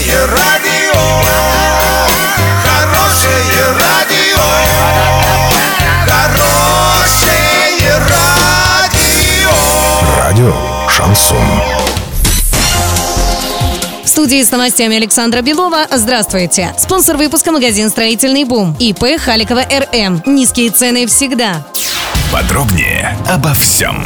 Хорошее радио, хорошее радио, хорошее радио. Радио «Шансон». В студии с новостями Александра Белова. Здравствуйте. Спонсор выпуска — магазин «Строительный бум». ИП Халикова РМ. Низкие цены всегда. Подробнее обо всем.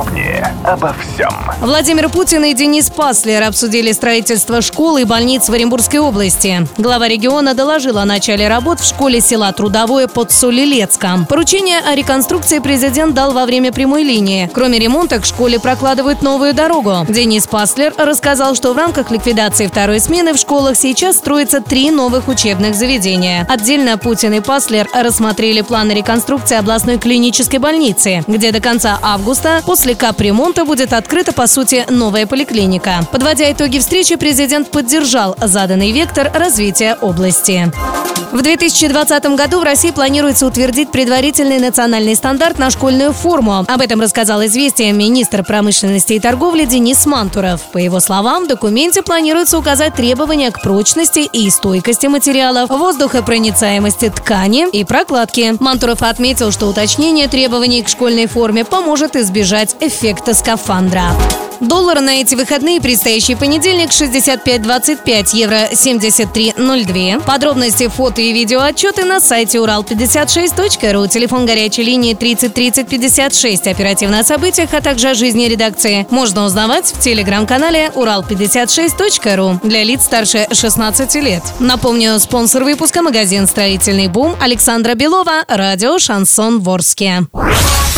Владимир Путин и Денис Паслер обсудили строительство школ и больниц в Оренбургской области. Глава региона доложил о начале работ в школе села Трудовое под Солилецком. Поручение о реконструкции президент дал во время прямой линии. Кроме ремонта, к школе прокладывают новую дорогу. Денис Паслер рассказал, что в рамках ликвидации второй смены в школах сейчас строится 3 новых учебных заведения. Отдельно Путин и Паслер рассмотрели планы реконструкции областной клинической больницы, где до конца августа после капремонта будет открыта, по сути, новая поликлиника. Подводя итоги встречи, президент поддержал заданный вектор развития области. В 2020 году в России планируется утвердить предварительный национальный стандарт на школьную форму. Об этом рассказал «Известия» министр промышленности и торговли Денис Мантуров. По его словам, в документе планируется указать требования к прочности и стойкости материалов, воздухопроницаемости ткани и прокладки. Мантуров отметил, что уточнение требований к школьной форме поможет избежать эффекта скафандра. Доллар на эти выходные, предстоящий понедельник, 65.25, евро 73.02. Подробности, фото и видеоотчеты на сайте урал56.ру, телефон горячей линии 30 30 56. Оперативно о событиях, а также о жизни редакции можно узнавать в телеграм-канале урал56.ру для лиц старше 16 лет. Напомню, спонсор выпуска — магазин «Строительный бум», Александра Белова, радио «Шансон» в Орске.